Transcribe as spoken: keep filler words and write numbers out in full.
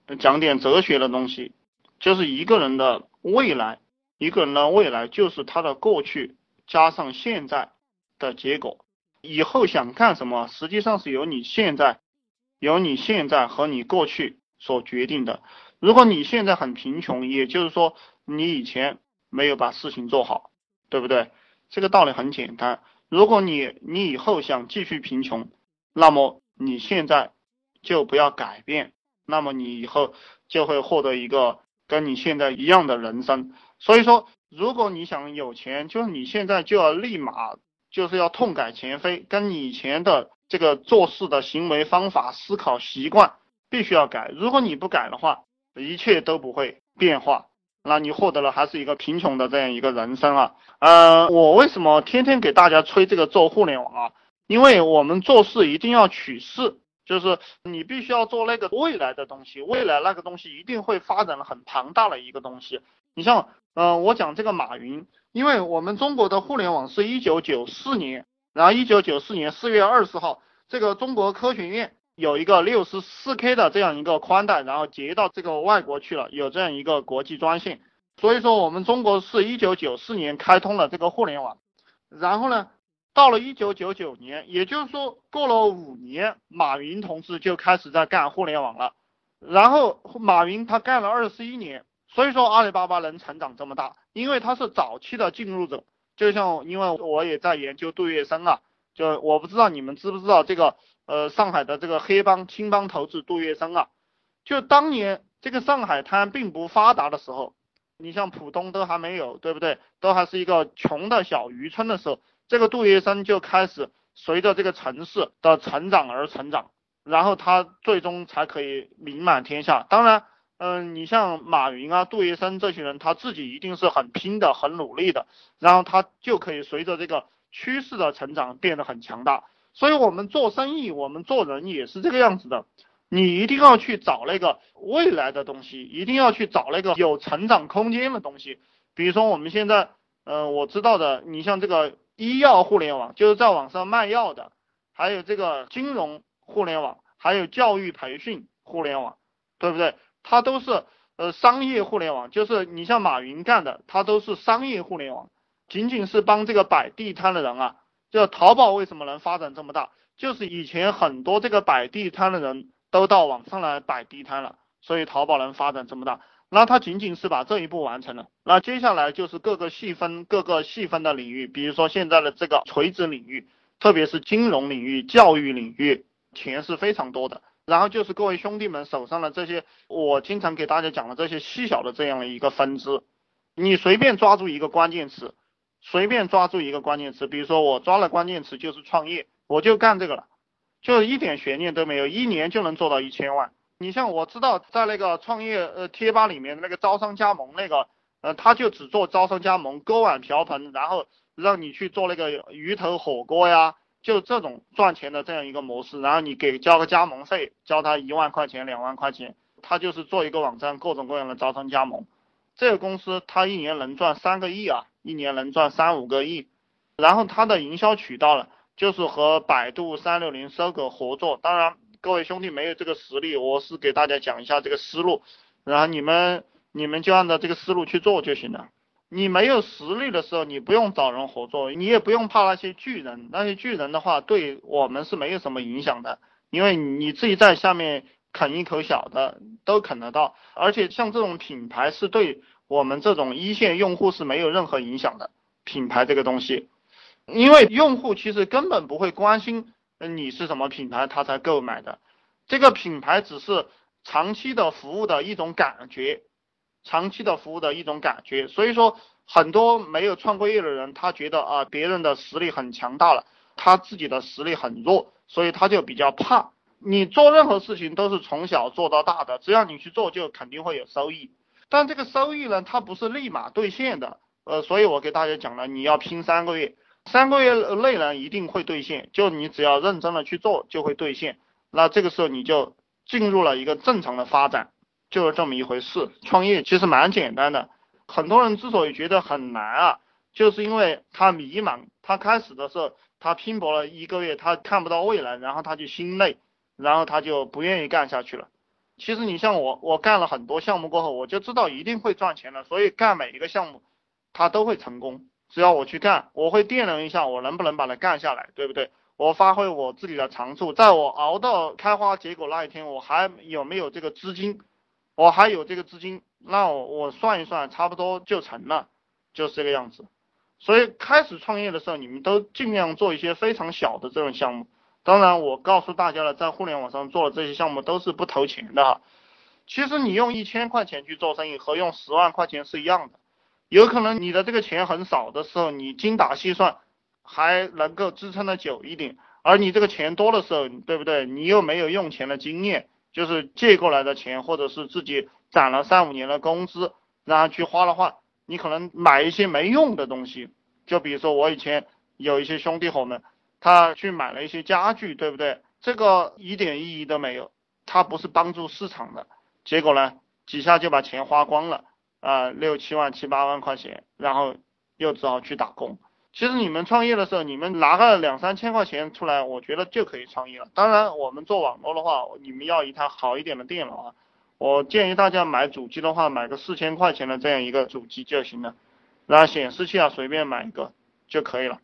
讲点哲学的东西，就是一个人的未来，一个人的未来就是他的过去加上现在的结果。以后想干什么，实际上是由你现在，由你现在和你过去所决定的。如果你现在很贫穷，也就是说你以前没有把事情做好，对不对？这个道理很简单。如果你你以后想继续贫穷，那么你现在就不要改变，那么你以后就会获得一个跟你现在一样的人生。所以说，如果你想有钱，就是你现在就要立马就是要痛改前非，跟你以前的这个做事的行为方法、思考习惯必须要改。如果你不改的话，一切都不会变化，那你获得了还是一个贫穷的这样一个人生啊。呃，我为什么天天给大家吹这个做互联网啊？因为我们做事一定要取势，就是你必须要做那个未来的东西，未来那个东西一定会发展了很庞大的一个东西。你像，呃，我讲这个马云，因为我们中国的互联网是一九九四年，然后一九九四年四月二十号，这个中国科学院有一个六十四 K 的这样一个宽带，然后接到这个外国去了，有这样一个国际专线。所以说我们中国是一九九四年开通了这个互联网，然后呢，到了一九九九年，也就是说过了五年，马云同志就开始在干互联网了。然后马云他干了二十一年，所以说阿里巴巴能成长这么大，因为他是早期的进入者。就像因为我也在研究杜月笙啊，就我不知道你们知不知道这个呃上海的这个黑帮青帮头子杜月笙啊，就当年这个上海滩并不发达的时候，你像浦东都还没有，对不对？都还是一个穷的小渔村的时候，这个杜月笙就开始随着这个城市的成长而成长，然后他最终才可以名满天下。当然，嗯，你像马云啊、杜月笙这些人，他自己一定是很拼的、很努力的，然后他就可以随着这个趋势的成长变得很强大。所以我们做生意，我们做人也是这个样子的。你一定要去找那个未来的东西，一定要去找那个有成长空间的东西。比如说我们现在，呃，我知道的，你像这个医药互联网，就是在网上卖药的，还有这个金融互联网，还有教育培训互联网，对不对？它都是呃商业互联网，就是你像马云干的，它都是商业互联网，仅仅是帮这个摆地摊的人啊。就淘宝为什么能发展这么大，就是以前很多这个摆地摊的人都到网上来摆地摊了，所以淘宝能发展这么大。那它仅仅是把这一步完成了，那接下来就是各个细分各个细分的领域，比如说现在的这个垂直领域，特别是金融领域、教育领域，钱是非常多的。然后就是各位兄弟们手上的这些，我经常给大家讲的这些细小的这样的一个分支，你随便抓住一个关键词，随便抓住一个关键词，比如说我抓了关键词就是创业，我就干这个了，就一点悬念都没有，一年就能做到一千万。你像我知道在那个创业呃贴吧里面那个招商加盟那个，呃他就只做招商加盟，锅碗瓢盆，然后让你去做那个鱼头火锅呀，就这种赚钱的这样一个模式，然后你给交个加盟费，交他一万块钱两万块钱，他就是做一个网站，各种各样的招商加盟。这个公司他一年能赚三个亿啊，一年能赚三五个亿，然后他的营销渠道了，就是和百度、三六零、搜狗合作。当然，各位兄弟没有这个实力，我是给大家讲一下这个思路，然后你们你们就按照这个思路去做就行了。你没有实力的时候，你不用找人合作，你也不用怕那些巨人，那些巨人的话对我们是没有什么影响的，因为你自己在下面啃一口小的都啃得到，而且像这种品牌是对我们这种一线用户是没有任何影响的。品牌这个东西，因为用户其实根本不会关心你是什么品牌他才购买的，这个品牌只是长期的服务的一种感觉，长期的服务的一种感觉。所以说很多没有创过业的人，他觉得啊别人的实力很强大了，他自己的实力很弱，所以他就比较怕。你做任何事情都是从小做到大的，只要你去做就肯定会有收益，但这个收益呢它不是立马兑现的，呃所以我给大家讲了，你要拼三个月，三个月内呢一定会兑现，就你只要认真的去做就会兑现，那这个时候你就进入了一个正常的发展，就是这么一回事。创业其实蛮简单的，很多人之所以觉得很难啊，就是因为他迷茫，他开始的时候他拼搏了一个月，他看不到未来，然后他就心累，然后他就不愿意干下去了。 其实你像我，我干了很多项目过后，我就知道一定会赚钱的，所以干每一个项目，它都会成功。只要我去干，我会掂量一下我能不能把它干下来，对不对？我发挥我自己的长处，在我熬到开花结果那一天，我还有没有这个资金？我还有这个资金，那我我算一算，差不多就成了，就是这个样子。所以开始创业的时候，你们都尽量做一些非常小的这种项目。当然，我告诉大家了，在互联网上做的这些项目都是不投钱的哈。其实你用一千块钱去做生意和用十万块钱是一样的，有可能你的这个钱很少的时候，你精打细算还能够支撑的久一点，而你这个钱多的时候，对不对？你又没有用钱的经验，就是借过来的钱，或者是自己攒了三五年的工资，然后去花的话，你可能买一些没用的东西。就比如说我以前有一些兄弟伙们，他去买了一些家具，对不对？这个一点意义都没有，他不是帮助市场的。结果呢，几下就把钱花光了，啊、呃，六七万、七八万块钱，然后又只好去打工。其实你们创业的时候，你们拿个两三千块钱出来，我觉得就可以创业了。当然，我们做网络的话，你们要一台好一点的电脑啊。我建议大家买主机的话，买个四千块钱的这样一个主机就行了，然后显示器啊随便买一个就可以了。